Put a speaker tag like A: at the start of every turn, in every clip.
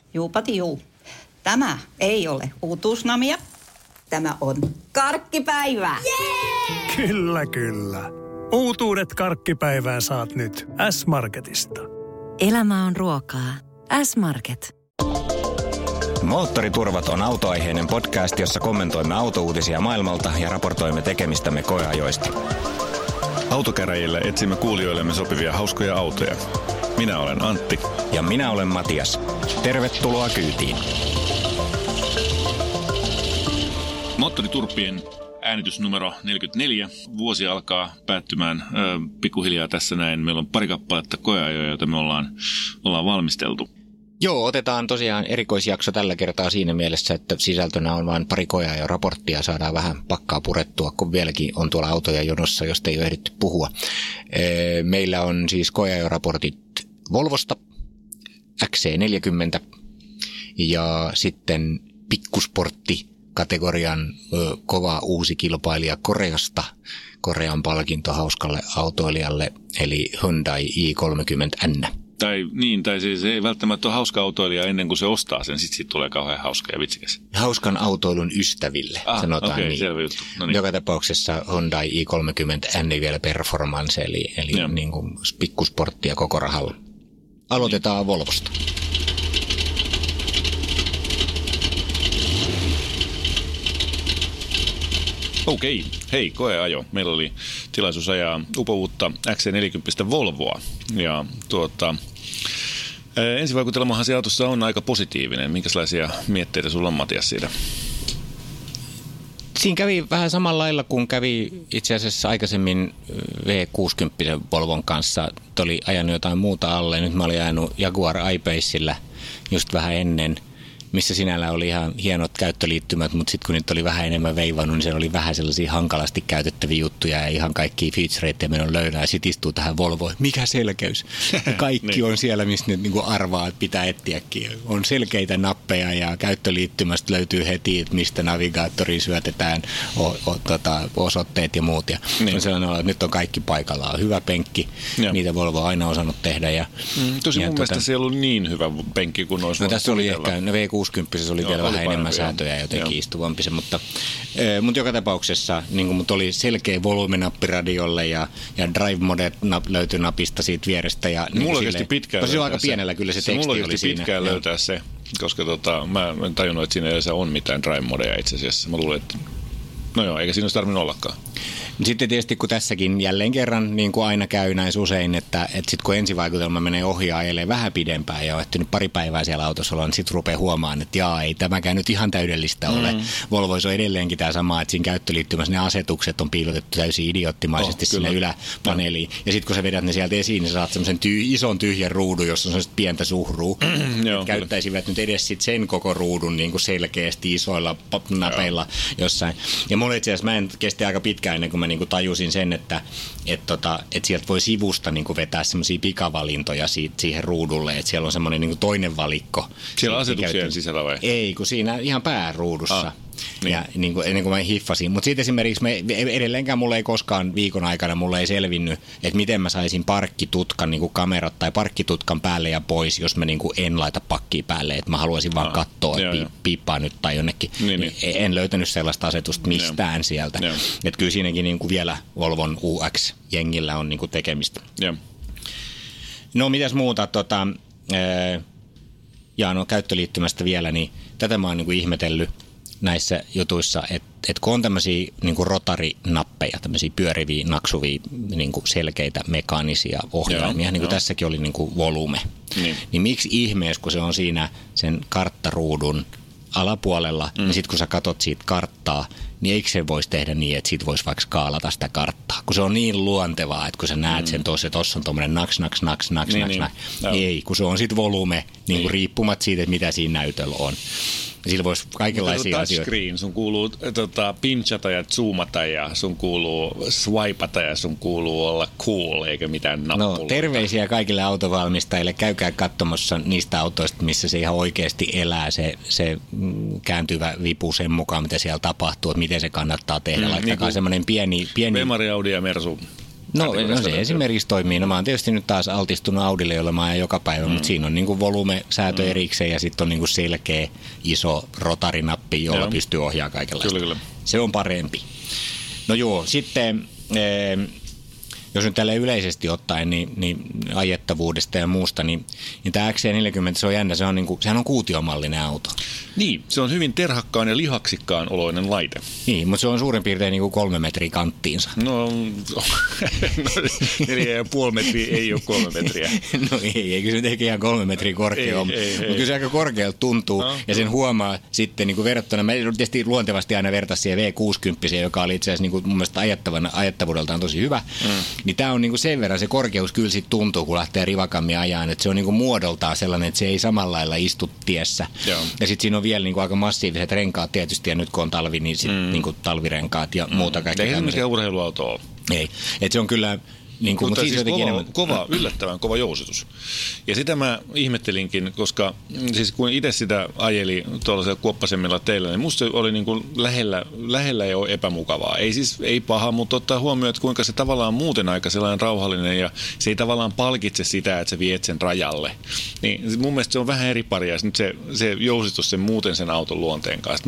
A: Juupati juu. Tämä ei ole uutuusnamia. Tämä on karkkipäivää.
B: Yeah! Kyllä, kyllä. Uutuudet karkkipäivään saat nyt S-Marketista.
C: Elämä on ruokaa. S-Market.
D: Moottoriturvat on autoaiheinen podcast, jossa kommentoimme autouutisia maailmalta ja raportoimme tekemistämme koeajoista.
E: Autokäräjillä etsimme kuulijoillemme sopivia hauskoja autoja. Minä olen Antti.
D: Ja minä olen Matias. Tervetuloa kyytiin.
E: Moottoriturppien äänitys numero 44. Vuosi alkaa päättymään pikkuhiljaa tässä näin. Meillä on pari kappaletta koeajoja, joita me ollaan valmisteltu.
D: Joo, otetaan tosiaan erikoisjakso tällä kertaa siinä mielessä, että sisältönä on vain pari koeajon raporttia. Saadaan vähän pakkaa purettua, kun vieläkin on tuolla autoja jonossa, josta ei ole ehditty puhua. Meillä on siis koeajon raportit Volvosta, XC40 ja sitten pikkusportti-kategorian kova uusi kilpailija Koreasta. Korean palkinto hauskalle autoilijalle, eli Hyundai i30N.
E: Tai siis ei välttämättä ole hauska autoilija ennen kuin se ostaa sen, sitten siitä tulee kauhean hauska ja vitsikäs.
D: Hauskan autoilun ystäville, sanotaan
E: okay,
D: niin.
E: Selvä juttu. No niin.
D: Joka tapauksessa Hyundai i30N vielä performance, eli niin kuin pikkusporttia koko rahalla. Aloitetaan Volvosta.
E: Okei. Hei, koeajo. Meillä oli tilaisuus ajaa upouutta XC40 Volvoa. Ja ensivaikutelmahan se autossa on aika positiivinen. Minkälaisia mietteitä sulla on, Matias, siitä?
D: Siinä kävi vähän samalla lailla kuin kävi itse asiassa aikaisemmin V60 Volvon kanssa. Oli ajanut jotain muuta alle. Nyt mä olin ajanut Jaguar I-Pacella just vähän ennen, missä sinällä oli ihan hienot käyttöliittymät, mutta sitten kun nyt oli vähän enemmän veivannut, niin se oli vähän sellaisia hankalasti käytettäviä juttuja ja ihan kaikkia featureita menon löydää. Sitten istuu tähän Volvoon. Mikä selkeys? Kaikki on siellä, missä nyt niinku arvaa, että pitää etsiäkin. On selkeitä nappeja ja käyttöliittymästä löytyy heti, että mistä navigaattoriin syötetään osoitteet ja muut. Ja on sellainen olo, että nyt on kaikki paikallaan. Hyvä penkki. Ja. Niitä Volvo on aina osannut tehdä.
E: Tosi mun mielestä se ei ollut niin hyvä penkki kuin olisi voinut
D: tässä oli ehkä V60 oli vielä vähän enemmän säätöjä ja jotenkin istuvampi se, mutta joka tapauksessa niin mutta oli selkeä volyyminappi radiolle ja Drive Mode löytyi napista siitä vierestä. Ja
E: mulla kesti pitkään
D: löytää aika pienellä kyllä se teksti oli siinä.
E: Pitkään löytää se, koska mä en tajunnut, että siinä ei on mitään Drive Modea itse asiassa. Mä luulen, että no joo, eikä siinä olisi tarvinnut ollakaan.
D: Sitten tietysti kun tässäkin jälleen kerran, niin kuin aina käy näissä usein, että sitten kun ensivaikutelma menee ohi ja ajelee vähän pidempään ja on ehtinyt pari päivää siellä autossa olla, niin sitten rupeaa huomaamaan, että ei tämäkään nyt ihan täydellistä ole. Volvoissa on edelleenkin tämä sama, että siinä käyttöliittymässä ne asetukset on piilotettu täysin idioottimaisesti sinne yläpaneeliin. Ja sitten kun sä vedät ne sieltä esiin, niin saat semmoisen ison tyhjän ruudun, jossa on semmoista pientä suhrua. Käyttäisivät nyt edes sit sen koko ruudun niin kuin selkeästi isoilla napeilla jossain. Ja mulle itse asiassa mä en kesti aika pitkään ennen kuin mä niinku tajusin sen, että sieltä voi sivusta niinku vetää semmoisia pikavalintoja siihen ruudulle, että siellä on semmoinen niinku toinen valikko.
E: Siellä asetuksien sisällä vai?
D: Ei, kun siinä ihan pääruudussa. Niin. Ja niin kuin, ennen kuin mä hiffasin. Mutta sitten esimerkiksi edelleenkään mulle ei koskaan viikon aikana mulle ei selvinnyt, että miten mä saisin parkkitutkan niin kuin kamerat tai parkkitutkan päälle ja pois, jos mä niin kuin en laita pakkia päälle. Että mä haluaisin vaan katsoa, että piippaa nyt tai jonnekin. Niin. En löytänyt sellaista asetusta mistään sieltä. Että kyllä siinäkin niin kuin vielä Volvon UX-jengillä on niin kuin tekemistä. No mitäs muuta? Käyttöliittymästä vielä, niin tätä mä oon niin kuin ihmetellyt näissä jutuissa, että kun on tämmöisiä niin kuin rotarinappeja, tämmöisiä pyöriviä, naksuvia, niin kuin selkeitä mekaanisia ohjaimia, niin kuin tässäkin oli niin kuin volume. Niin miksi ihmeessä, kun se on siinä sen karttaruudun alapuolella, niin sitten kun sä katot siitä karttaa, niin eikö se voisi tehdä niin, että siitä voisi vaikka skaalata sitä karttaa? Kun se on niin luontevaa, että kun sä näet sen tuossa, että tuossa on tuommoinen naks. Ei, kun se on sitten volume, niin kuin riippumatta siitä, että mitä siinä näytöllä on. Sillä voisi kaikenlaisia asioita.
E: Touchscreen, sun kuuluu pinchata ja zoomata ja sun kuuluu swipata ja sun kuuluu olla cool eikä mitään nappuloita.
D: No terveisiä kaikille autovalmistajille. Käykää katsomassa niistä autoista, missä se ihan oikeasti elää se kääntyvä vipu sen mukaan, mitä siellä tapahtuu, että miten se kannattaa tehdä. Laittakaa niin semmoinen pieni...
E: Bemari, Audi ja Mersu.
D: No se esimerkiksi toimii. No mä oon tietysti nyt taas altistunut Audille, jolla mä ajan joka päivä, mutta siinä on niinku volumesäätö erikseen ja sitten on niinku selkeä iso rotarinappi, jolla pystyy ohjaamaan kaikenlaista.
E: Kyllä. Se on
D: parempi. No joo, sitten jos nyt tälle yleisesti ottaen, niin ajettavuudesta ja muusta, niin tämä XC40, se on jännä, sehän on kuutiomallinen auto.
E: Niin, se on hyvin terhakkaan ja lihaksikkaan oloinen laite.
D: Niin, mutta se on suurin piirtein niin kuin 3 metriä kanttiinsa.
E: No 4,5 metriä ei ole 3 metriä.
D: No ei kyllä se ehkä ihan 3 metriä korkea on, mutta kyllä se aika korkealta tuntuu, ja sen huomaa sitten niin kuin verrattuna, mä tietysti luontevasti aina vertaisi siihen V60, joka oli itse asiassa niin kuin mun mielestä ajettavuudeltaan tosi hyvä, niin tämä on niin kuin sen verran, se korkeus kyllä sitten tuntuu, kun lähtee rivakammin ajaan, että se on niin kuin muodoltaan sellainen, että se ei samalla lailla istu tiessä. Joo. Ja sitten siinä on vielä niin kuin aika massiiviset renkaat tietysti, ja nyt kun on talvi, niin sitten niin kuin talvirenkaat ja muuta kaikkea.
E: Ei se mikään urheiluauto ole.
D: Ei, että se on kyllä...
E: Mutta siis yllättävän kova jousitus. Ja sitä mä ihmettelinkin, koska siis kun itse sitä ajeli tuollaisella kuoppasemmilla teillä, niin musta se oli niin kuin lähellä jo epämukavaa. Ei paha, mutta ottaa huomioon, että kuinka se tavallaan on muuten aika sellainen rauhallinen ja se ei tavallaan palkitse sitä, että sä viet sen rajalle. Niin mun mielestä se on vähän eri paria. Nyt se jousitus sen muuten sen auton luonteen kanssa.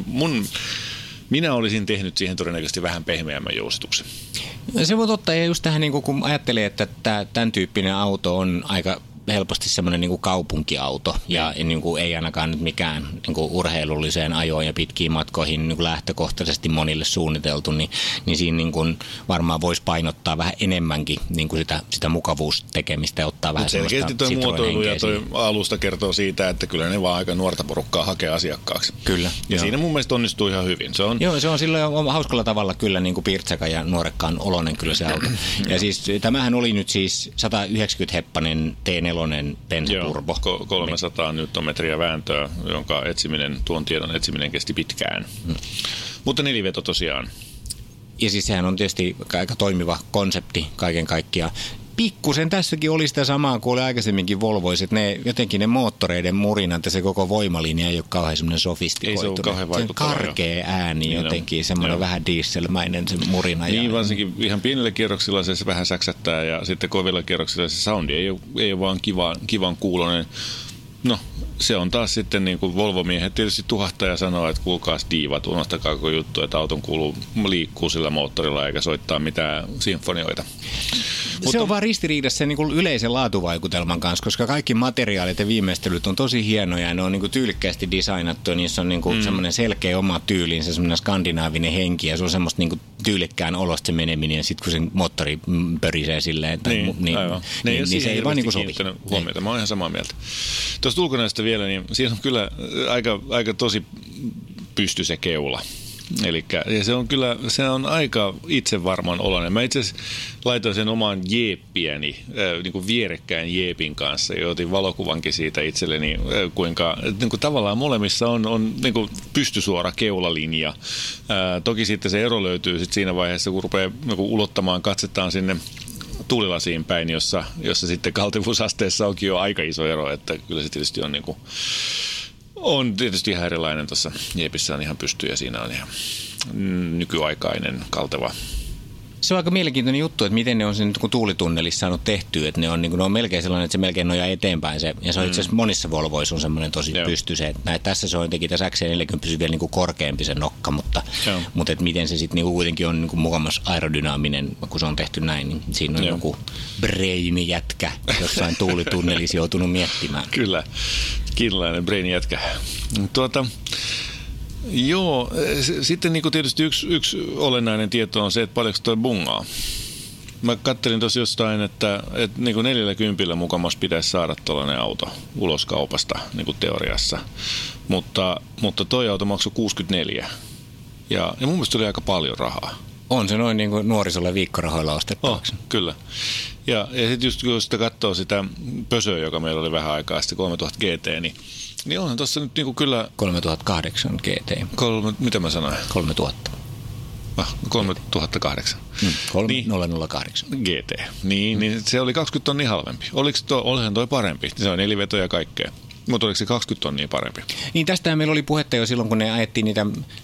E: Minä olisin tehnyt siihen todennäköisesti vähän pehmeämmän jousituksen.
D: Se voi ottaa, ja just tähän, kun ajattelee, että tämän tyyppinen auto on aika helposti semmoinen niin kuin kaupunkiauto ja niin kuin ei ainakaan nyt mikään niin kuin urheilulliseen ajoon ja pitkiin matkoihin niin kuin lähtökohtaisesti monille suunniteltu, niin siinä niin kuin varmaan voisi painottaa vähän enemmänkin niin kuin sitä mukavuustekemistä ja ottaa vähän semmoista
E: selkeästi tuo muotoilu ja tuo alusta kertoo siitä, että kyllä ne vaan aika nuorta porukkaa hakee asiakkaaksi.
D: Kyllä.
E: Ja joo. Siinä mun mielestä onnistuu ihan hyvin.
D: Joo, se on silloin hauskalla tavalla kyllä niin kuin pirtsaka ja nuorekkaan oloinen kyllä se auto. Ja siis tämähän oli nyt siis 190-heppanen T4 bensaturbo.
E: 300 newtonmetriä vääntöä, jonka tuon tiedon etsiminen kesti pitkään. Mutta neliveto tosiaan.
D: Ja siis sehän on tietysti aika toimiva konsepti kaiken kaikkiaan. Pikkusen tässäkin oli sitä samaa kuin oli aikaisemminkin Volvoissa, että jotenkin ne moottoreiden murinat ja se koko voimalinja ei ole kauhean semmoinen sofistikoitunut.
E: Ei se ole kauhean vaikuttava.
D: Se karkea ääni niin jotenkin, semmoinen vähän dieselmäinen se murina.
E: Niin varsinkin ihan pienillä kierroksilla se vähän säksättää ja sitten kovilla kierroksilla se soundi ei ole vaan kivan kuulonen. No, se on taas sitten niin kuin Volvo-miehet tietysti tuhahtaa ja sanoo, että kuulkaas diivat, unohtakaa koko juttu, että auton liikkuu sillä moottorilla eikä soittaa mitään sinfonioita.
D: Se on vaan ristiriidassa sen niin kuin yleisen laatuvaikutelman kanssa, koska kaikki materiaalit ja viimeistelyt on tosi hienoja ja ne on niin kuin tyylikkäästi designattu ja niissä on niin kuin semmoinen selkeä oma tyylinsä, semmoinen skandinaavinen henki ja se on semmoista niin kuin tyylikkään olosta se meneminen ja sitten kun se moottori pörisee silleen, niin se ei vaan niin kuin sovi.
E: Huomiota. Mä oon ihan samaa mieltä. Tuosta ulkonäöstä vielä, niin siinä on kyllä aika tosi pysty se keula. Elikkä, ja se on aika itsevarman oloinen. Mä itse asiassa laitoin sen omaan jeeppiäni niin kuin vierekkäin jeepin kanssa ja otin valokuvankin siitä itselleni, kuinka niin kuin tavallaan molemmissa on niin kuin pystysuora keulalinja. Toki sitten se ero löytyy sit siinä vaiheessa, kun rupeaa niin kuin ulottamaan katsetaan sinne tuulilasiin päin, jossa sitten kaltevuusasteessa onkin jo aika iso ero, että kyllä se tietysti on niin kuin on tietysti ihan erilainen tuossa Jeepissä on ihan pysty ja siinä on ihan nykyaikainen kalteva.
D: Se on aika mielenkiintoinen juttu, että miten ne on sen tuulitunnelissa saanut tehtyä, että ne on melkein sellainen, että se melkein nojaa eteenpäin se, ja se on itse asiassa monissa Volvoissa on semmoinen tosi pysty se, että tässä se on jotenkin tässä XC40 vielä niin kuin korkeampi se nokka, mutta että miten se sitten niin kuitenkin on niin kuin mukamas aerodynaaminen, kun se on tehty näin, niin siinä on joku brain-jätkä jossain tuulitunnelissa joutunut miettimään.
E: Kyllä, kiinalainen brain-jätkä. Joo, sitten niin tietysti yksi olennainen tieto on se, että paljonko toi bungaa. Mä kattelin tuossa jostain, että niin kuin 40 mukamas pitäisi saada tuollainen auto ulos kaupasta niin kuin teoriassa, mutta toi auto maksoi 64 ja mun mielestä oli aika paljon rahaa.
D: On se noin niin kuin nuorisolle viikkorahoilla ostettavaksi.
E: Kyllä. Ja sitten just kun sitä katsoo sitä pösöä, joka meillä oli vähän aikaa, sitten 3000 GT, niin onhan tuossa nyt niinku kyllä
D: 3008 GT.
E: Mitä mä sanoin?
D: 3000.
E: 3008.
D: 3008.
E: GT. Niin se oli 20 tonnia halvempi. Olihan toi parempi? Se on neliveto ja kaikkea. Mutta oliko se 20 tonnia parempi?
D: Niin tästähän meillä oli puhetta jo silloin, kun ne ajettiin niitä,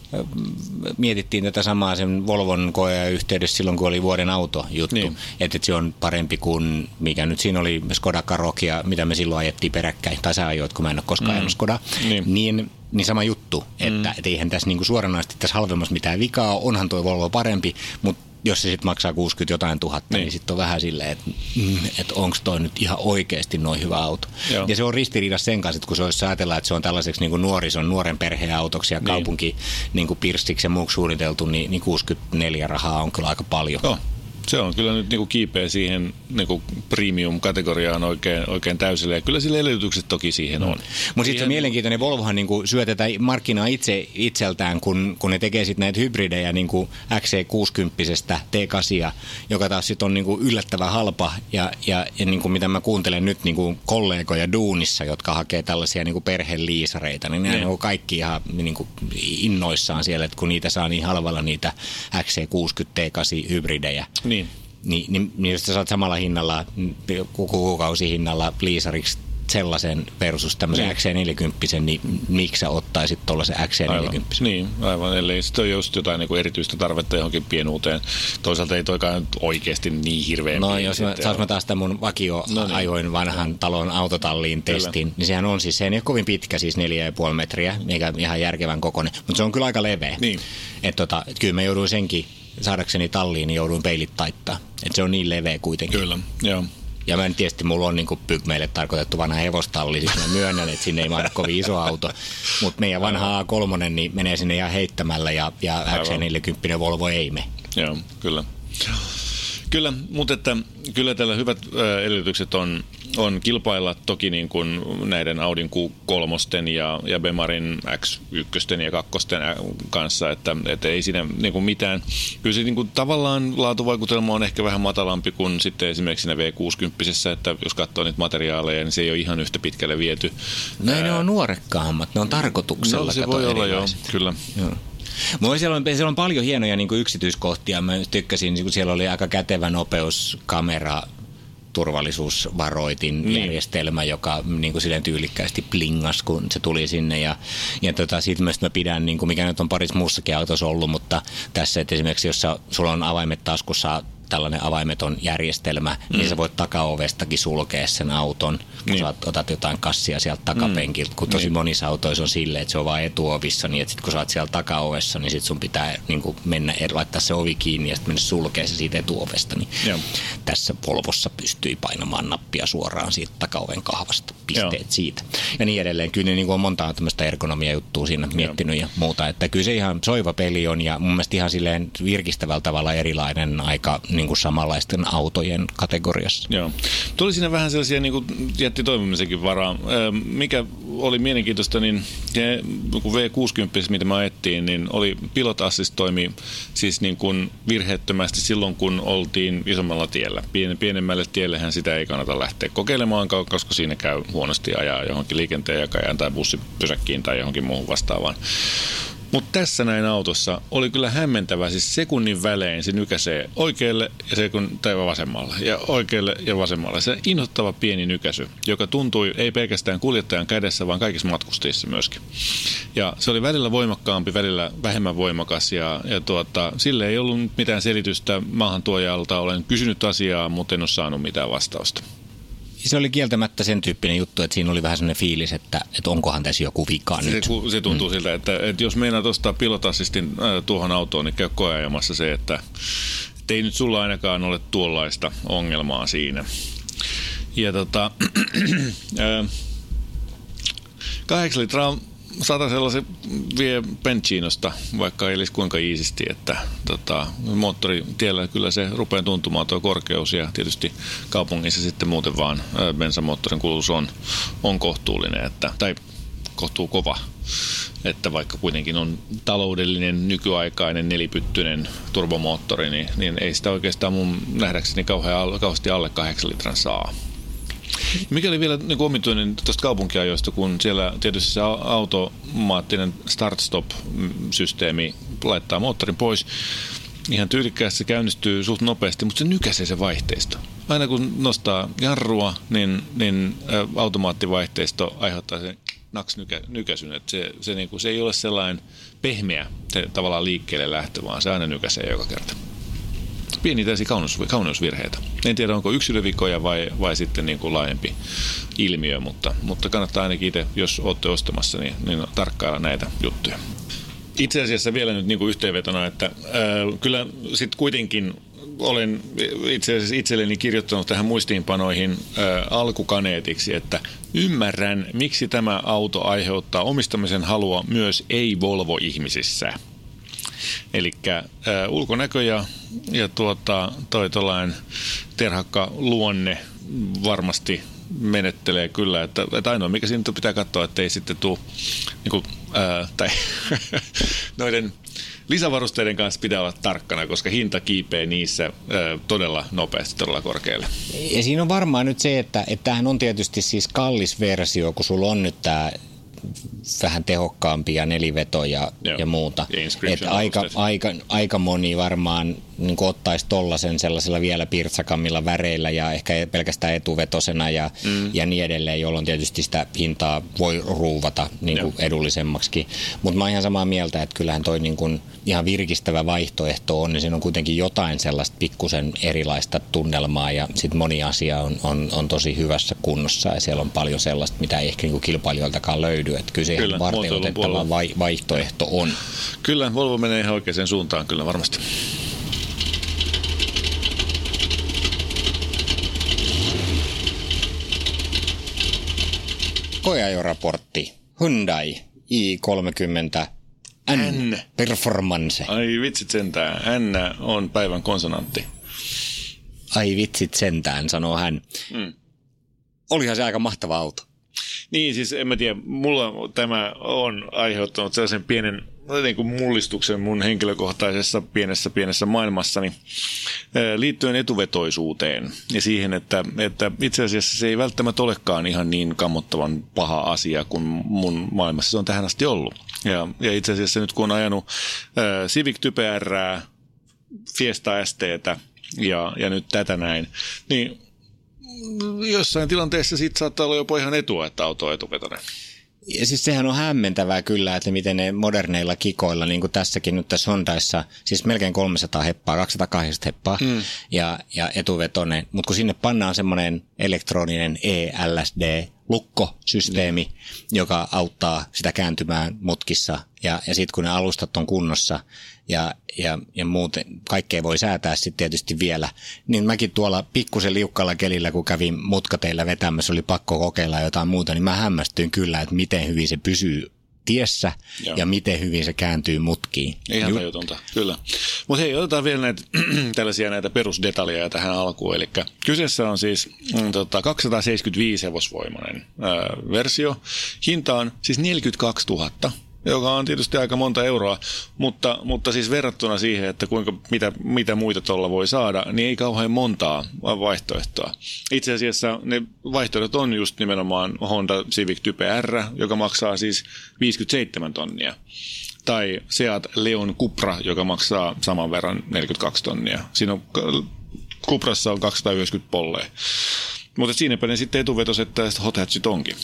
D: mietittiin tätä samaa sen Volvon koe-yhteydessä silloin, kun oli vuoden autojuttu. Niin. Että se on parempi kuin, mikä nyt siinä oli Skoda Karokia, mitä me silloin ajettiin peräkkäin. Tai sä ajoit, kun mä en ole koskaan ajanut Skodaa. Niin sama juttu, että eihän tässä niinku suoranaisesti tässä halvemmassa mitään vikaa, onhan tuo Volvo parempi, mutta jos se sitten maksaa 60 jotain tuhatta, niin sitten on vähän silleen, että onko toi nyt ihan oikeasti noin hyvä auto. Joo. Ja se on ristiriidassa sen kanssa, että kun se olisi ajatella, että se on tällaiseksi niin kuin nuoren perheen autoksi ja kaupunki niin kuin pirstiksi ja muuksi suunniteltu, niin 64 rahaa on kyllä aika paljon.
E: Joo. Se on kyllä nyt niinku kiipeä siihen niinku premium-kategoriaan oikein täysille, ja kyllä sillä edellytykset toki siihen on.
D: Mutta sitten se mielenkiintoinen, Volvohan niinku syö tätä markkinaa itseltään, kun ne tekee sitten näitä hybridejä niinku XC60 T8, joka taas sitten on niinku yllättävän halpa, ja niinku mitä mä kuuntelen nyt niinku kollegoja duunissa, jotka hakee tällaisia niinku perheliisareita, niin ne on kaikki ihan niinku innoissaan siellä, että kun niitä saa niin halvalla niitä XC60 T8 hybridejä. Niin jos sä saat samalla hinnalla, kuukausihinnalla liisariksi sellaisen versus tämmöisen XC40, niin miksi sä ottaisit tuollaisen XC40?
E: Aivan, ellei sitten ole just jotain niin kuin erityistä tarvetta johonkin pienuuteen. Toisaalta ei toikaan nyt oikeasti niin hirveän
D: jos mä taas tämän mun ajoin vanhan talon autotalliin testin, niin sehän on siis, se ei ole kovin pitkä, siis 4,5 metriä, eikä ihan järkevän kokoinen, mutta se on kyllä aika leveä. Niin. Että kyllä mä jouduin senkin saadakseni talliin, niin jouduin peilit taittaa. Että se on niin leveä kuitenkin.
E: Kyllä, joo.
D: Ja mä en tietysti, mulla on niinku pygmeille tarkoitettu vanha hevostalli, siis mä myönnän, että sinne ei mahda kovin iso auto. Mutta meidän vanha A3 niin menee sinne ihan heittämällä ja XC40 Volvo ei mene.
E: Joo, kyllä. Kyllä, mutta että kyllä tällä hyvät edellytykset on kilpailla toki niin kuin näiden Audin Q3 ja Bemarin X1 ja 2 kanssa, että ei siinä niin kuin mitään. Kyllä se niin kuin tavallaan laatuvaikutelma on ehkä vähän matalampi kuin sitten esimerkiksi siinä V60, että jos katsoo niitä materiaaleja, niin se ei ole ihan yhtä pitkälle viety.
D: Ne on nuorekkaammat, ne on tarkoituksella.
E: No se voi olla, joo, kyllä.
D: Joo. Siellä on paljon hienoja niin kuin yksityiskohtia. Mä tykkäsin, kun siellä oli aika kätevä nopeuskamera, turvallisuusvaroitin järjestelmä, joka niin kuin silleen tyylikkäästi plingas, kun se tuli sinne. Ja siitä myös mä pidän, niin kuin mikä nyt on parissa muussakin autossa ollut, mutta tässä, että esimerkiksi jos sulla on avaimet taskussa, tällainen avaimeton järjestelmä, niin sä voit takaovestakin sulkea sen auton, kun sä otat jotain kassia sieltä takapenkiltä, kun tosi monissa autoissa on silleen, että se on vaan etuovissa, niin että sit kun sä oot siellä takaovessa, niin sit sun pitää niin kuin mennä, laittaa se ovi kiinni ja sitten mennä sulkea se siitä etuovesta. Niin tässä Volvossa pystyi painamaan nappia suoraan siitä takaoven kahvasta, pisteet siitä. Ja niin edelleen. Kyllä niin kuin on monta tämmöistä ergonomia-juttua siinä miettinyt ja muuta, että kyllä se ihan soiva peli on ja mun mielestä ihan silleen virkistävällä tavalla erilainen aika niin kuin samanlaisten autojen kategoriassa.
E: Joo. Tuli siinä vähän sellaisia niin kuin jätti toimimisenkin varaa. Mikä oli mielenkiintoista, niin V60, mitä me ajettiin, niin oli Pilot Assist toimi siis niin kuin virheettömästi silloin, kun oltiin isommalla tiellä. Pienemmälle tiellehän sitä ei kannata lähteä kokeilemaan, koska siinä käy huonosti ajaa johonkin liikenteenjakajaan tai bussipysäkkiin tai johonkin muuhun vastaavaan. Mutta tässä näin autossa oli kyllä hämmentävä, siis sekunnin välein se nykäisee oikealle tai vasemmalle ja oikealle ja vasemmalle. Se inhottava pieni nykäisy, joka tuntui ei pelkästään kuljettajan kädessä, vaan kaikissa matkustajissa myöskin. Ja se oli välillä voimakkaampi, välillä vähemmän voimakas ja sille ei ollut mitään selitystä maahantuojalta. Olen kysynyt asiaa, mutta en ole saanut mitään vastausta.
D: Se oli kieltämättä sen tyyppinen juttu, että siinä oli vähän sellainen fiilis, että onkohan tässä joku vika nyt.
E: Se tuntuu siltä, että jos meinaat ostaa Pilot Assistin tuohon autoon, niin käy koeajamassa se, että ei nyt sulla ainakaan ole tuollaista ongelmaa siinä. Ja 8 litraa sellaisen vie Bencinosta, vaikka ei olisi kuinka iisisti, että moottoritiellä kyllä se rupeaa tuntumaan tuo korkeus ja tietysti kaupungissa sitten muuten vaan bensamoottorin kulutus on kohtuullinen, tai kohtuu kova, että vaikka kuitenkin on taloudellinen nykyaikainen nelipyttyinen turbomoottori, niin ei sitä oikeastaan mun nähdäkseni kauheasti alle 8 litran saa. Mikä oli vielä niin omituinen tuosta kaupunkiajoista, kun siellä tietysti se automaattinen start-stop-systeemi laittaa moottorin pois. Ihan tyylikkäästi se käynnistyy suht nopeasti, mutta se nykäisee se vaihteisto. aina kun nostaa jarrua, niin automaattivaihteisto aiheuttaa sen nykäsyn. Että se ei ole sellainen pehmeä se tavallaan liikkeelle lähtö, vaan se aina nykäisee joka kerta. Pieni täysi kauneusvirheitä. En tiedä, onko yksilövikoja vai sitten niin kuin laajempi ilmiö, mutta kannattaa ainakin itse, jos olette ostamassa, niin tarkkailla näitä juttuja. Itse asiassa vielä nyt niin kuin yhteenvetona, että kyllä sitten kuitenkin olen itse asiassa itselleni kirjoittanut tähän muistiinpanoihin alkukaneetiksi, että ymmärrän, miksi tämä auto aiheuttaa omistamisen halua myös ei-Volvo-ihmisissä. Eli ulkonäkö ja toi tuollainen terhakka luonne varmasti menettelee kyllä, että ainoa mikä siinä pitää katsoa, että ei sitten tule tai noiden lisävarusteiden kanssa pitää olla tarkkana, koska hinta kiipee niissä todella nopeasti, todella korkealle.
D: Ja siinä on varmaan nyt se, että tämähän on tietysti siis kallis versio, kun sulla on nyt tämä vähän tehokkaampi ja neliveto ja muuta. Että aika moni varmaan niin ottaisi tollasen sellaisella vielä pirtsakammilla väreillä ja ehkä pelkästään etuvetosena ja niin edelleen, jolloin tietysti sitä hintaa voi ruuvata niin kuin edullisemmaksi. Mutta mä oon ihan samaa mieltä, että kyllähän toi niin kuin ihan virkistävä vaihtoehto on, niin siinä on kuitenkin jotain sellaista pikkusen erilaista tunnelmaa ja sitten moni asia on tosi hyvässä kunnossa ja siellä on paljon sellaista, mitä ei ehkä niin kuin kilpailijoiltakaan löydy. Että kyllä se ihan varteenotettava vaihtoehto on.
E: Kyllä, Volvo menee ihan oikeaan suuntaan, kyllä varmasti.
D: Koeajoraportti. Hyundai i30 N Performance.
E: Ai vitsit sentään. N on päivän konsonantti.
D: Ai vitsit sentään, sanoo hän. Olihan se aika mahtava auto.
E: Niin, siis en mä tiedä. Mulla tämä on aiheuttanut sellaisen pienen niin kuin mullistuksen mun henkilökohtaisessa pienessä maailmassani liittyen etuvetoisuuteen ja siihen, että itse asiassa se ei välttämättä olekaan ihan niin kammottavan paha asia kuin mun maailmassa se on tähän asti ollut. Ja itse asiassa nyt kun on ajanut Civic Type R:ää, Fiesta ST:tä ja nyt tätä näin, niin jossain tilanteessa siitä saattaa olla jopa ihan etua, että auto on etuvetoinen.
D: Ja siis sehän on hämmentävää kyllä, että miten ne moderneilla kikoilla, niin kuin tässäkin nyt tässä Hondaissa, siis melkein 300 heppaa, 280 heppaa ja etuvetoinen, mutta kun sinne pannaan semmoinen elektroninen ELSD-lukkosysteemi, joka auttaa sitä kääntymään mutkissa ja sitten kun ne alustat on kunnossa ja muuten kaikkea voi säätää sitten tietysti vielä, niin mäkin tuolla pikkusen liukkalla kelillä, kun kävin mutkateillä vetämässä, oli pakko kokeilla jotain muuta, niin mä hämmästyin kyllä, että miten hyvin se pysyy tiessä ja miten hyvin se kääntyy mutkiin.
E: Ihan tajutonta, kyllä. Mutta hei, otetaan vielä näitä perusdetaljeja tähän alkuun. Eli kyseessä on siis 275 hevosvoimainen versio. Hinta on siis 42 000. Joka on tietysti aika monta euroa, mutta siis verrattuna siihen, että mitä muita tuolla voi saada, niin ei kauhean montaa vaihtoehtoa. Itse asiassa ne vaihtoehdot on just nimenomaan Honda Civic Type R, joka maksaa siis 57 tonnia. Tai Seat Leon Cupra, joka maksaa saman verran 42 tonnia. Siinä on, Cuprassa on 290 polleja. Mutta siinäpä ne sitten etuvetoiset tästä hot hatchit onkin.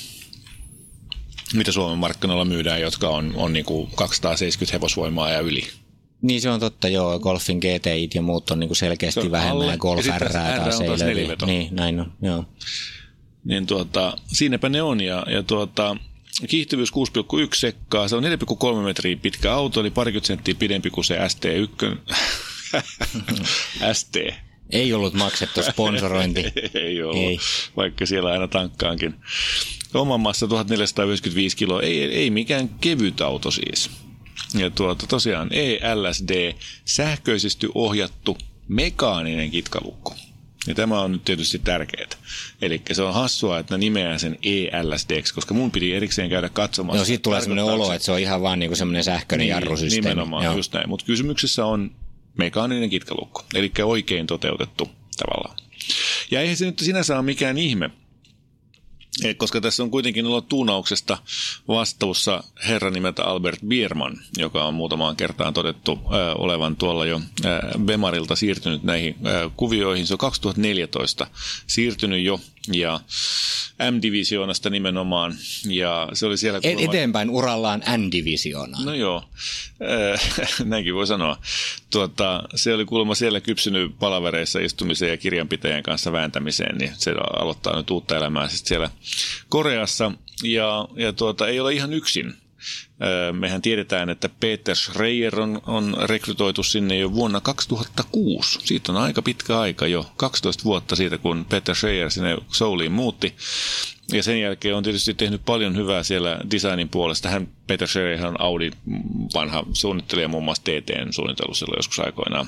E: Mitä Suomen markkinoilla myydään, jotka on niin kuin 270 hevosvoimaa ja yli.
D: Niin se on totta, joo. Golfin GTI ja muut on niin kuin selkeästi vähemmän ja Golf R taas ei löydy. Niin, näin on, joo.
E: Niin siinäpä ne on ja kiihtyvyys 6,1 sekkaa. Se on 4,3 metriä pitkä auto, eli parikymmentä senttiä pidempi kuin se ST1. ST.
D: Ei ollut maksettu sponsorointi.
E: Ei ollut, vaikka siellä aina tankkaankin. Oman massa 1495 kiloa, ei mikään kevyt auto siis. Ja tosiaan ELSD, sähköisesti ohjattu mekaaninen kitkalukko. Ja tämä on nyt tietysti tärkeää. Eli se on hassua, että nimeää sen ELSD:ksi, koska mun piti erikseen käydä katsomassa.
D: No siitä tulee sellainen olo, että se on ihan vaan niinku semmoinen sähköinen jarrusysteemi.
E: Nimenomaan, just näin. Mutta kysymyksessä on mekaaninen kitkalukko, eli oikein toteutettu tavallaan. Ja eihän se nyt sinänsä ole mikään ihme, Koska tässä on kuitenkin ollut tuunauksesta vastuussa herra nimeltä Albert Biermann, joka on muutamaan kertaan todettu olevan tuolla jo Bemarilta siirtynyt näihin kuvioihin. Se on 2014 siirtynyt jo ja M-divisioonasta nimenomaan. Ja se oli siellä
D: eteenpäin urallaan N-divisioonaan.
E: No joo, näinkin voi sanoa. Se oli kuulemma siellä kypsynyt palavereissa istumiseen ja kirjanpitäjän kanssa vääntämiseen, niin se aloittaa nyt uutta elämää siellä Koreassa. Ja ei ole ihan yksin. Mehän tiedetään, että Peter Schreier on rekrytoitu sinne jo vuonna 2006. Siitä on aika pitkä aika jo, 12 vuotta siitä, kun Peter Schreier sinne Souliin muutti. Ja sen jälkeen on tietysti tehnyt paljon hyvää siellä designin puolesta. Peter Schreier on Audi vanha suunnittelija muun muassa TT:n suunnitellut silloin joskus aikoinaan.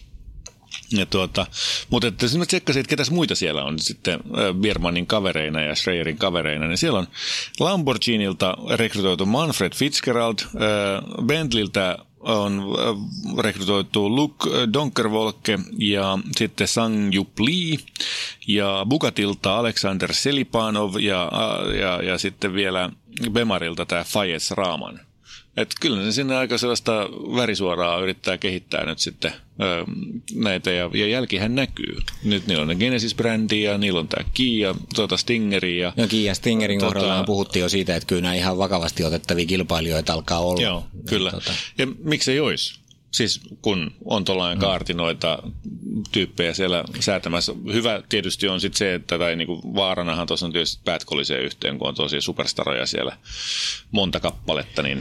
E: Mutta että jos mä tsekkasin, että ketäs muita siellä on sitten Biermannin kavereina ja Schreierin kavereina, niin siellä on Lamborghinilta rekrytoitu Manfred Fitzgerald, Bentleyltä on rekrytoitu Luke Donkerwolke ja sitten Sang-Yup Lee ja Bugattilta Alexander Selipanov ja sitten vielä Bemarilta tämä Fayez Rahman. Että kyllä ne sinne aika sellaista värisuoraa yrittää kehittää nyt sitten näitä ja jälkihän näkyy. Nyt niillä on ne Genesis-brändi ja niillä on tämä Kia, Stingeri. Ja
D: Kia Stingerin kohdallaan puhuttiin jo siitä, että kyllä nämä ihan vakavasti otettavia kilpailijoita alkaa olla.
E: Joo, kyllä. Ja miksei olisi? Siis kun on tuollainen kaarti noita tyyppejä siellä säätämässä. Hyvä tietysti on sitten se, että tai niinku vaaranahan tuossa on tietysti päät kolisee yhteen, kun on tosi superstaroja siellä monta kappaletta. Niin.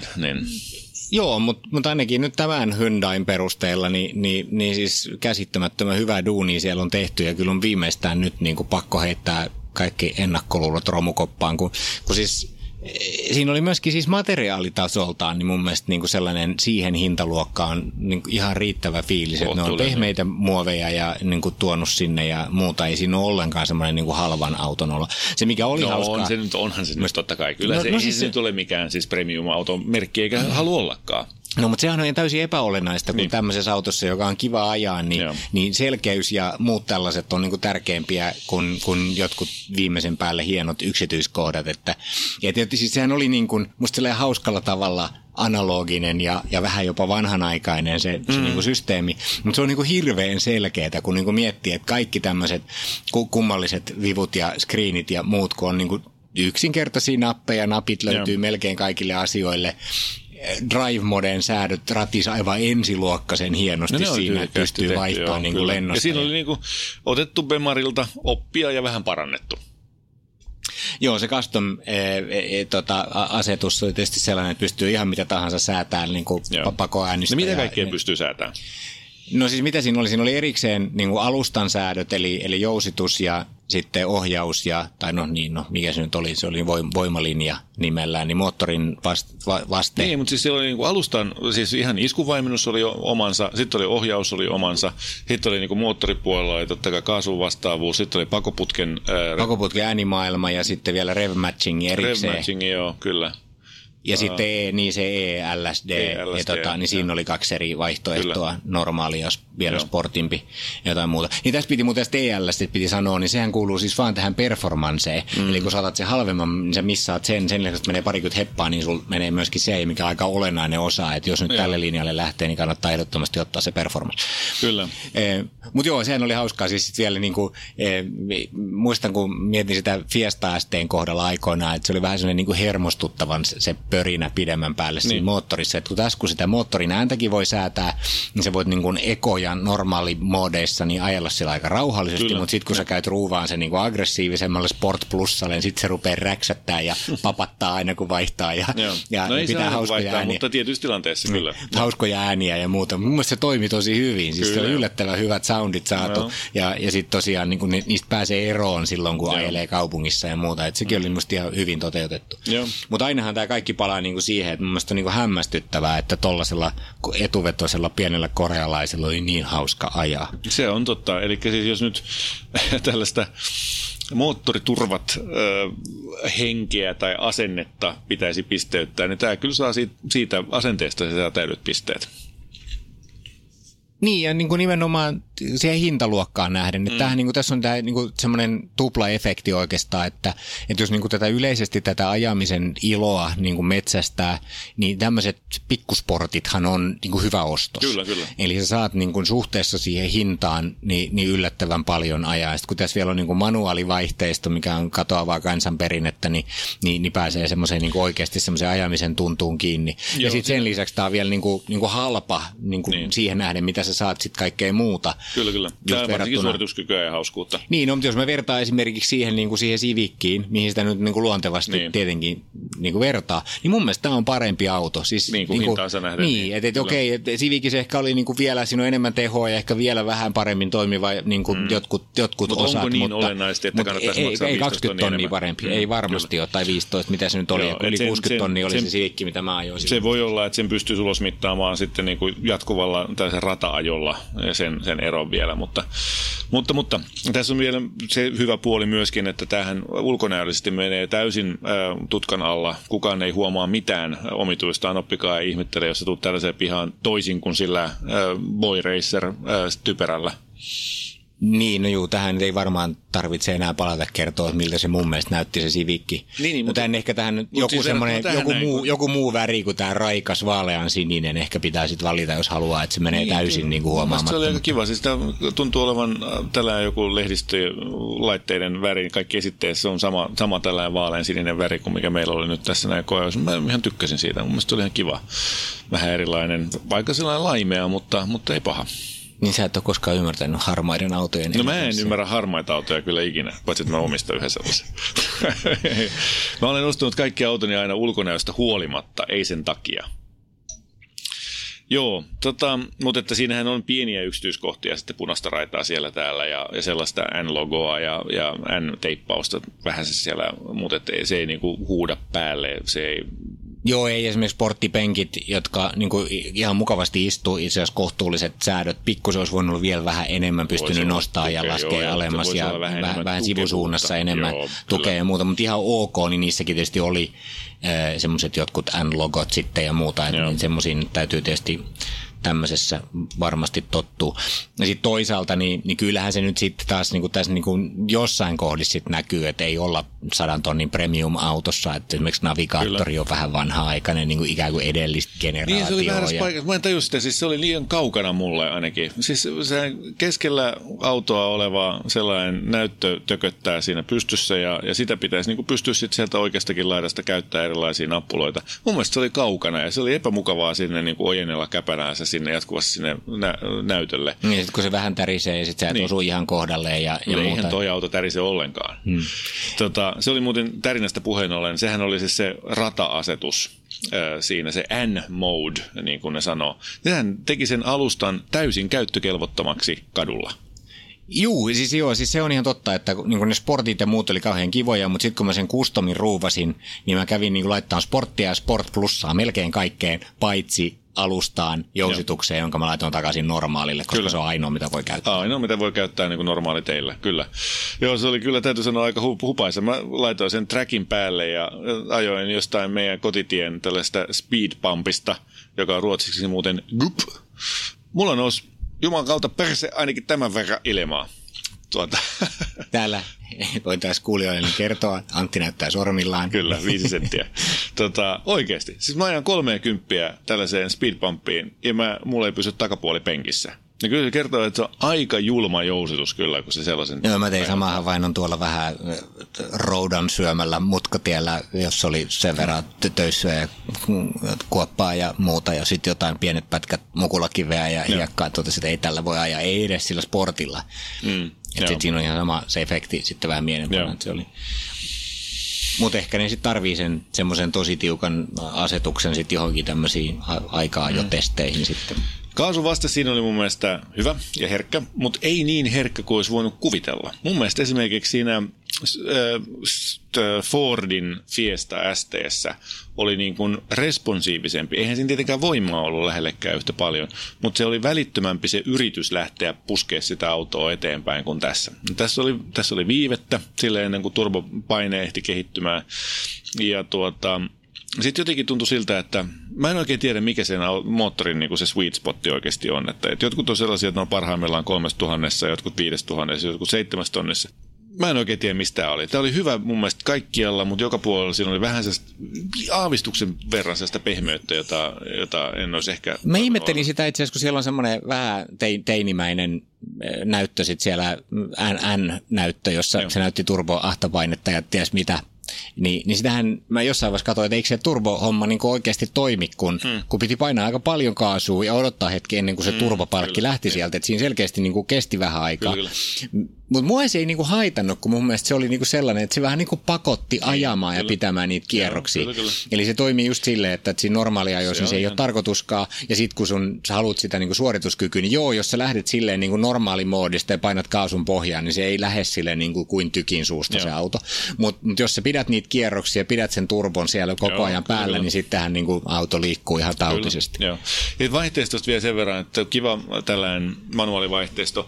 D: Joo, mutta ainakin nyt tämän Hyundain perusteella niin siis käsittämättömän hyvää duunia siellä on tehty ja kyllä on viimeistään nyt niin kuin pakko heittää kaikki ennakkoluulot romukoppaan, kun siis siinä oli myöskin siis materiaalitasoltaan niin mun mielestä niin kuin sellainen siihen hintaluokkaan niin kuin ihan riittävä fiilis, että ne on pehmeitä muoveja ja niin kuin tuonut sinne ja muuta. Ei siinä ole ollenkaan semmoinen niin kuin halvan auton olo. Se mikä oli hauskaa.
E: Onhan se nyt totta kai. Kyllä se ei nyt ole mikään siis premium-auton merkki eikä halua ollakaan.
D: No, mutta sehän on täysin epäolennaista, kun tämmöisessä autossa, joka on kiva ajaa, niin selkeys ja muut tällaiset on niin kuin tärkeämpiä kuin jotkut viimeisen päälle hienot yksityiskohdat. Ja tietysti siis sehän oli niin kuin, musta sellainen hauskalla tavalla analoginen ja vähän jopa vanhanaikainen se niin kuin systeemi, mutta se on niin kuin hirveän selkeää, kun niin kuin miettii, että kaikki tämmöiset kummalliset vivut ja screenit ja muut, kun on niin kuin yksinkertaisia nappeja, napit löytyy melkein kaikille asioille. Drive-moden säädöt ratisi aivan ensiluokkaisen hienosti siinä, että pystyy vaihtamaan niin kuin lennosta.
E: Ja siinä oli niin kuin otettu Bemarilta oppia ja vähän parannettu.
D: Joo, se custom-asetus oli tietysti sellainen, että pystyy ihan mitä tahansa säätämään niin kuin pakoäänistä.
E: No mitä kaikkea pystyy säätämään?
D: No siis mitä siinä oli? Siinä oli erikseen niin kuin alustan säädöt, eli jousitus ja sitten ohjaus mikä se nyt oli? Se oli voimalinja nimellään, niin moottorin vaste.
E: Niin, mutta siis siellä oli niin kuin alustan, siis ihan iskuvaimennus oli omansa, sitten oli ohjaus oli omansa, sitten oli niin kuin moottoripuolella, oli totta kai kaasun vastaavuus, sitten oli pakoputken
D: äänimaailma ja sitten vielä rev matching erikseen.
E: Rev matching, joo, kyllä.
D: Ja sitten se LSD, niin siinä oli 2 eri vaihtoehtoa, kyllä. Normaali ja vielä sportimpi ja jotain muuta. Niin tässä piti muuten ELSD piti sanoa, niin sehän kuuluu siis vaan tähän performanceen. Eli kun saatat sen halvemman, niin sä missaat sen lisäksi, että menee parikymmentä heppaa, niin sul menee myöskin se, mikä on aika olennainen osa. Että jos nyt tälle linjalle lähtee, niin kannattaa ehdottomasti ottaa se performance.
E: Kyllä.
D: Mutta joo, sehän oli hauskaa. Siis vielä niinku, muistan, kun mietin sitä Fiesta ST:n kohdalla aikoinaan, että se oli vähän sellainen niinku hermostuttavan se pörinä pidemmän päälle siinä moottorissa. Että kun sitä moottorin ääntäkin voi säätää, niin sä voit niin kuin eko- ja normaalimoodeissa niin ajella sillä aika rauhallisesti, mutta sitten kun sä käyt ruuvaan sen niin kuin aggressiivisemmalle Sport Plusalle, niin sitten se rupeaa räksättää ja papattaa aina kun vaihtaa ja
E: no ei
D: pitää hauskoja
E: vaihtaa,
D: ääniä.
E: Mutta tietyissä tilanteissa kyllä.
D: Hauskoja ääniä ja muuta. Mun mielestä se toimi tosi hyvin. Siis se oli yllättävän hyvät soundit saatu ja sitten tosiaan niin kuin niistä pääsee eroon silloin, kun ajelee kaupungissa ja muuta. Et sekin oli musta ihan hyvin toteutettu. Mutta ainahan tämä kaikki palaa niin kuin siihen, että mun mielestä on niin kuin hämmästyttävää, että tollasella etuvetoisella pienellä korealaisella oli niin hauska ajaa.
E: Se on totta. Eli siis jos nyt tällaista moottoriturvat henkeä tai asennetta pitäisi pisteyttää, niin tämä kyllä saa siitä asenteesta se saa täydet pisteet.
D: Niin, ja niin kuin nimenomaan siihen hintaluokkaan nähden. Että tämähän, niin kuin, tässä on tämä niin semmoinen tupla-efekti oikeastaan, että jos niin kuin tätä yleisesti tätä ajamisen iloa niin kuin metsästää, niin tämmöiset pikkusportithan on niin kuin hyvä ostos.
E: Kyllä.
D: Eli sä saat niin kuin suhteessa siihen hintaan niin yllättävän paljon ajaa. Ja sitten kun tässä vielä on niin kuin manuaalivaihteisto, mikä on katoavaa kansanperinnettä, niin pääsee semmoiseen niin kuin oikeasti semmoiseen ajamisen tuntuun kiinni. Joo, ja sitten sen lisäksi tämä on vielä niin kuin halpa niin. Siihen nähden, mitä sä saat sitten kaikkea muuta.
E: Kyllä. Tämä on varsinkin suorituskykyä ja hauskuutta.
D: Niin, no, mutta jos mä vertaan esimerkiksi siihen, niin kuin siihen Civickiin, mihin sitä nyt niin kuin luontevasti tietenkin niin kuin vertaa, niin mun mielestä tämä on parempi auto. Siis,
E: niin kuin hintaansa nähden.
D: Niin, että okei, että Civicissa ehkä oli niin kuin vielä, siinä on enemmän tehoa ja ehkä vielä vähän paremmin toimiva niin kuin jotkut osat.
E: Onko niin olennaisesti, että kannattaisi maksaa
D: 15 20 tonnia parempi. Ei varmasti ole, tai 15, mitä se nyt oli. Joo, yli 60 tonnia oli se Civicki, mitä mä ajoin.
E: Se voi olla, että sen pystyy ulosmittaamaan sitten niin kuin jatkuvalla tällaisen rata-ajolla ja sen eron vielä, mutta tässä on vielä se hyvä puoli myöskin, että tämähän ulkonäöllisesti menee täysin tutkan alla. Kukaan ei huomaa mitään omituistaan, oppikaa ja ihmettele, jos sä tulet tällaiseen pihaan toisin kuin sillä Boy Racer typerällä.
D: Niin, no juu, tähän ei varmaan tarvitse enää palata kertoa, miltä se mun mielestä näytti se Civicki. Niin, mutta ehkä tähän joku muu väri kuin tämä raikas vaalean sininen ehkä pitää sitten valita, jos haluaa, että se menee täysin niin kuin huomaamatta.
E: Se oli aika kiva. Siis tämä tuntuu olevan tällainen joku lehdistölaitteiden väri. Kaikki esitteessä on sama tällainen vaalean sininen väri kuin mikä meillä oli nyt tässä näin koeus. Mä ihan tykkäsin siitä. Mun mielestä oli ihan kiva. Vähän erilainen, vaikka sellainen laimea, mutta ei paha.
D: Niin sä et ole koskaan ymmärtänyt harmaiden autojen.
E: No mä en ymmärrä harmaita autoja kyllä ikinä, paitsi että mä omistan yhden sellaisen. Mä olen ostanut kaikki autoni aina ulkonäöstä huolimatta, ei sen takia. Joo, mutta että siinähän on pieniä yksityiskohtia, sitten punaista raitaa siellä täällä ja sellaista N-logoa ja N-teippausta vähän se siellä, mutta se ei niinku huuda päälle, se ei...
D: Joo, ei esimerkiksi sporttipenkit, jotka niin kuin ihan mukavasti istuu, itse asiassa kohtuulliset säädöt. Pikkusen olisi voinut vielä vähän enemmän pystynyt nostamaan ja laskea alemmas ja vähän sivusuunnassa enemmän tukea ja muuta. Mutta ihan ok, niin niissäkin tietysti oli semmoiset jotkut N-logot sitten ja muuta. Niin semmoisiin täytyy tietysti tämmöisessä varmasti tottuu. Ja sitten toisaalta, niin kyllähän se nyt sitten taas niin kuin tässä niin kuin jossain kohdissa sit näkyy, että ei olla 100 tonnin premium-autossa, että esimerkiksi navigaattori on vähän vanha-aikainen, niin kuin ikään kuin edellistä generaatioa.
E: Niin, se oli väärässä paikassa. Mä en tajua sitä, siis se oli liian kaukana mulle ainakin. Siis se keskellä autoa oleva sellainen näyttö tököttää siinä pystyssä ja sitä pitäisi niin kuin pystyä sitten sieltä oikeastakin laidasta käyttää erilaisia nappuloita. Mun mielestä se oli kaukana ja se oli epämukavaa sinne niin kuin ojennella käpänäänsä sinne jatkuvasti sinne näytölle.
D: Niin, sitten kun se vähän tärisee ja sitten sä et osuu ihan kohdalleen ja muuta.
E: Eihän toi auto tärise ollenkaan. Se oli muuten tärinästä puheen ollen, sehän oli siis se rata-asetus siinä, se N-mode, niin kuin ne sanoo. Sehän teki sen alustan täysin käyttökelvottomaksi kadulla.
D: Siis se on ihan totta, että niin ne sportit ja muut oli kauhean kivoja, mutta sitten kun mä sen customin ruuvasin, niin mä kävin niin laittamaan sporttia ja sport plussaa melkein kaikkeen, paitsi alustaan jousitukseen, jonka mä laitoin takaisin normaalille, koska kyllä. Se on ainoa, mitä voi käyttää.
E: Ainoa, mitä voi käyttää niin kuin normaaliteillä, kyllä. Joo, se oli kyllä, täytyy sanoa, aika hupaisa. Mä laitoin sen trackin päälle ja ajoin jostain meidän kotitien tällaista speed pumpista, joka on ruotsiksi muuten gup. Mulla nousi Jumalan kautta perse ainakin tämän verran ilmaa.
D: Täällä voitaisiin kuulijoille kertoa, Antti näyttää sormillaan.
E: Kyllä, 5 senttiä. Oikeasti. Siis mä ajan 30 tällaiseen speedpumpiin ja mulla ei pysy takapuoli penkissä. Ja kyllä se kertoo, että se on aika julma jousitus kyllä, kun se sellaisen...
D: Joo, mä tein samaa havainnon tuolla vähän roudan syömällä mutkatiellä, jos oli sen verran töissä ja kuoppaa ja muuta. Ja sitten jotain pienet pätkät mukulakiveä ja hiekkaa, että ei tällä voi ajaa, ei edes sillä sportilla. Että siinä on ihan sama se efekti sitten vähän mielenpäällä, se oli. Mutta ehkä ne sitten tarvii semmoisen tosi tiukan asetuksen sitten johonkin tämmöisiin aikaa jo testeihin sitten.
E: Kaasun vaste siinä oli mun mielestä hyvä ja herkkä, mutta ei niin herkkä kuin olisi voinut kuvitella. Mun mielestä esimerkiksi siinä Fordin Fiesta ST:ssä oli niin kuin responsiivisempi. Eihän siinä tietenkään voimaa ollut lähellekään yhtä paljon, mutta se oli välittömämpi se yritys lähteä puskea sitä autoa eteenpäin kuin tässä. Tässä oli viivettä sille ennen kuin turbopaine ehti kehittymään ja sitten jotenkin tuntui siltä, että mä en oikein tiedä, mikä sen moottorin niin kuin se sweet spotti oikeasti on. Että jotkut on sellaisia, että ne on parhaimmillaan 3000, jotkut 5000, jotkut 7000. Mä en oikein tiedä, mistä tämä oli. Tämä oli hyvä mun mielestä kaikkialla, mutta joka puolella siinä oli vähän aavistuksen verran sellaista pehmeyttä, jota en olisi ehkä...
D: Mä ihmettelin sitä itse asiassa, kun siellä on semmoinen vähän teinimäinen näyttö sitten siellä, N-näyttö, jossa se näytti turboahtapainetta ja ties mitä. Niin sitähän mä jossain vaiheessa katsoin, että eikö se turbohomma niin oikeasti toimi, kun piti painaa aika paljon kaasua ja odottaa hetki ennen kuin se turbopalkki lähti sieltä, että siinä selkeästi niin kesti vähän aikaa. Mutta mua se ei niin haitannut, kun mun mielestä se oli niin sellainen, että se vähän niin pakotti ajamaan ja pitämään niitä kierroksia. Kyllä. Eli se toimii just silleen, että siinä normaaliajoissa se ei ole tarkoituskaan, ja sitten kun sä haluat sitä niin suorituskykyä, niin jos sä lähdet silleen niin normaalimoodista ja painat kaasun pohjaan, niin se ei lähde silleen niin kuin tykin suusta se auto. Mutta jos sä pidät niitä kierroksia ja pidät sen turbon siellä koko ajan päällä, niin sittenhän niin auto liikkuu ihan tautisesti.
E: Joo. Ja vaihteistosta vielä sen verran, että kiva tällainen manuaalivaihteisto.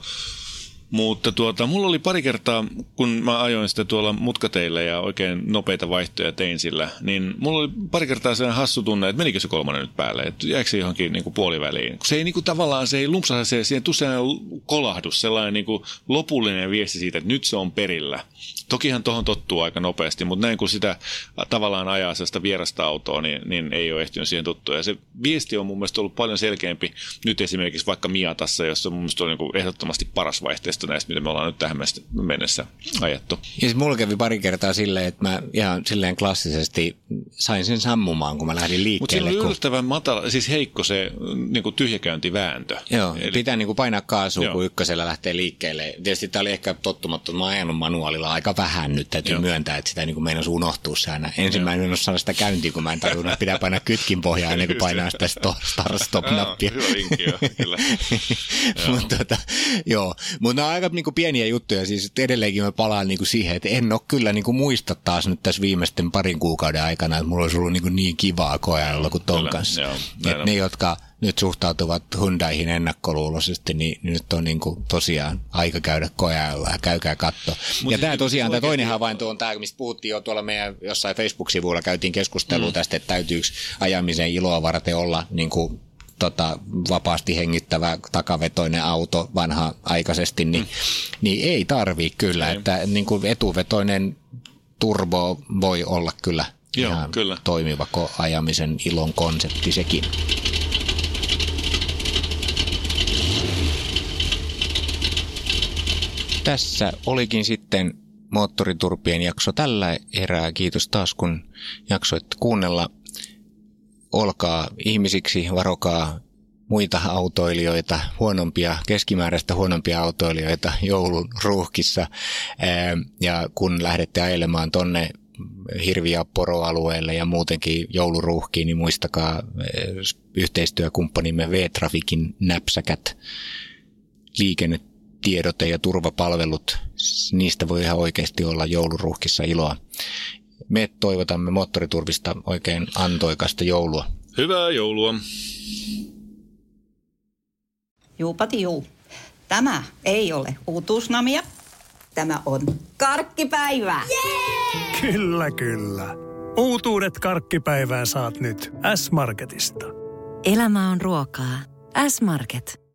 E: Mutta mulla oli pari kertaa, kun mä ajoin sitä tuolla mutkateillä ja oikein nopeita vaihtoja tein sillä, niin mulla oli pari kertaa sellainen hassu tunne, että menikö se kolmonen nyt päälle, että jääkö se johonkin niin kuin puoliväliin. Se ei niin kuin, tavallaan, se ei lumpsahda, siihen tule sellainen kolahdus, sellainen niin kuin lopullinen viesti siitä, että nyt se on perillä. Tokihan tuohon tottuu aika nopeasti, mutta näin kun sitä tavallaan ajaa sellaista vierasta autoa, niin ei ole ehtinyt siihen tottua. Ja se viesti on mun mielestä ollut paljon selkeämpi nyt esimerkiksi vaikka Miatassa, jossa mun mielestä on niin kuin ehdottomasti paras vaihteesta näistä, mitä me ollaan nyt tähän mennessä ajettu. Ja
D: mulla kävi pari kertaa silleen, että mä ihan silleen klassisesti sain sen sammumaan, kun mä lähdin liikkeelle.
E: Mutta siinä oli yllättävän matala, siis heikko se niin kuin tyhjäkäyntivääntö.
D: Joo, eli pitää niin kuin painaa kaasua, kun ykkösellä lähtee liikkeelle. Tietysti tämä oli ehkä tottumatta, että mä oon ajanut manuaalilla aika vähän nyt, täytyy myöntää, että sitä niin kuin meinasi unohtua säännä. Ensimmäinen en ole saanut sitä käyntiin, kun mä en tajunnut, että pitää painaa kytkin pohjaan ennen kuin painaa sitä start-stop-nappia.
E: Hyvä vinkki, kyllä.
D: Mutta nämä on aika niinku pieniä juttuja, siis edelleenkin mä palaan niinku siihen, että en ole kyllä niinku muista taas nyt tässä viimeisten parin kuukauden aikana, että mulla olisi ollut niin kivaa koeajalla kuin ton kanssa. Että ne, jotka nyt suhtautuvat Hyundaihin ennakkoluuloisesti, niin nyt on niinku tosiaan aika käydä koeajalla ja käykää katsoa. Ja tämä tosiaan, tämä toinen havainto on tämä, mistä puhuttiin jo tuolla meidän jossain Facebook-sivuilla, käytiin keskustelua tästä, että täytyykö ajamisen iloa varten olla niinku vapaasti hengittävä takavetoinen auto vanha-aikaisesti, niin ei tarvii kyllä. Että niin kuin etuvetoinen turbo voi olla kyllä ihan toimiva ajamisen ilon konsepti sekin. Tässä olikin sitten Moottoriturpien jakso tällä erää. Kiitos taas, kun jaksoitte kuunnella. Olkaa ihmisiksi, varokaa muita autoilijoita, keskimääräistä huonompia autoilijoita joulun ruuhkissa. Ja kun lähdette ajelemaan tonne hirvi- ja poroalueelle ja muutenkin jouluruuhkiin, niin muistakaa yhteistyökumppanimme V-Trafikin näpsäkät liikennetiedote- ja turvapalvelut. Niistä voi ihan oikeasti olla jouluruuhkissa iloa. Me toivotamme Moottoriturvista oikein antoikasta joulua.
E: Hyvää joulua.
A: Juupati juu. Tämä ei ole uutuusnamia. Tämä on karkkipäivää.
B: Yeah! Kyllä. Uutuudet karkkipäivään saat nyt S-Marketista.
C: Elämä on ruokaa. S-Market.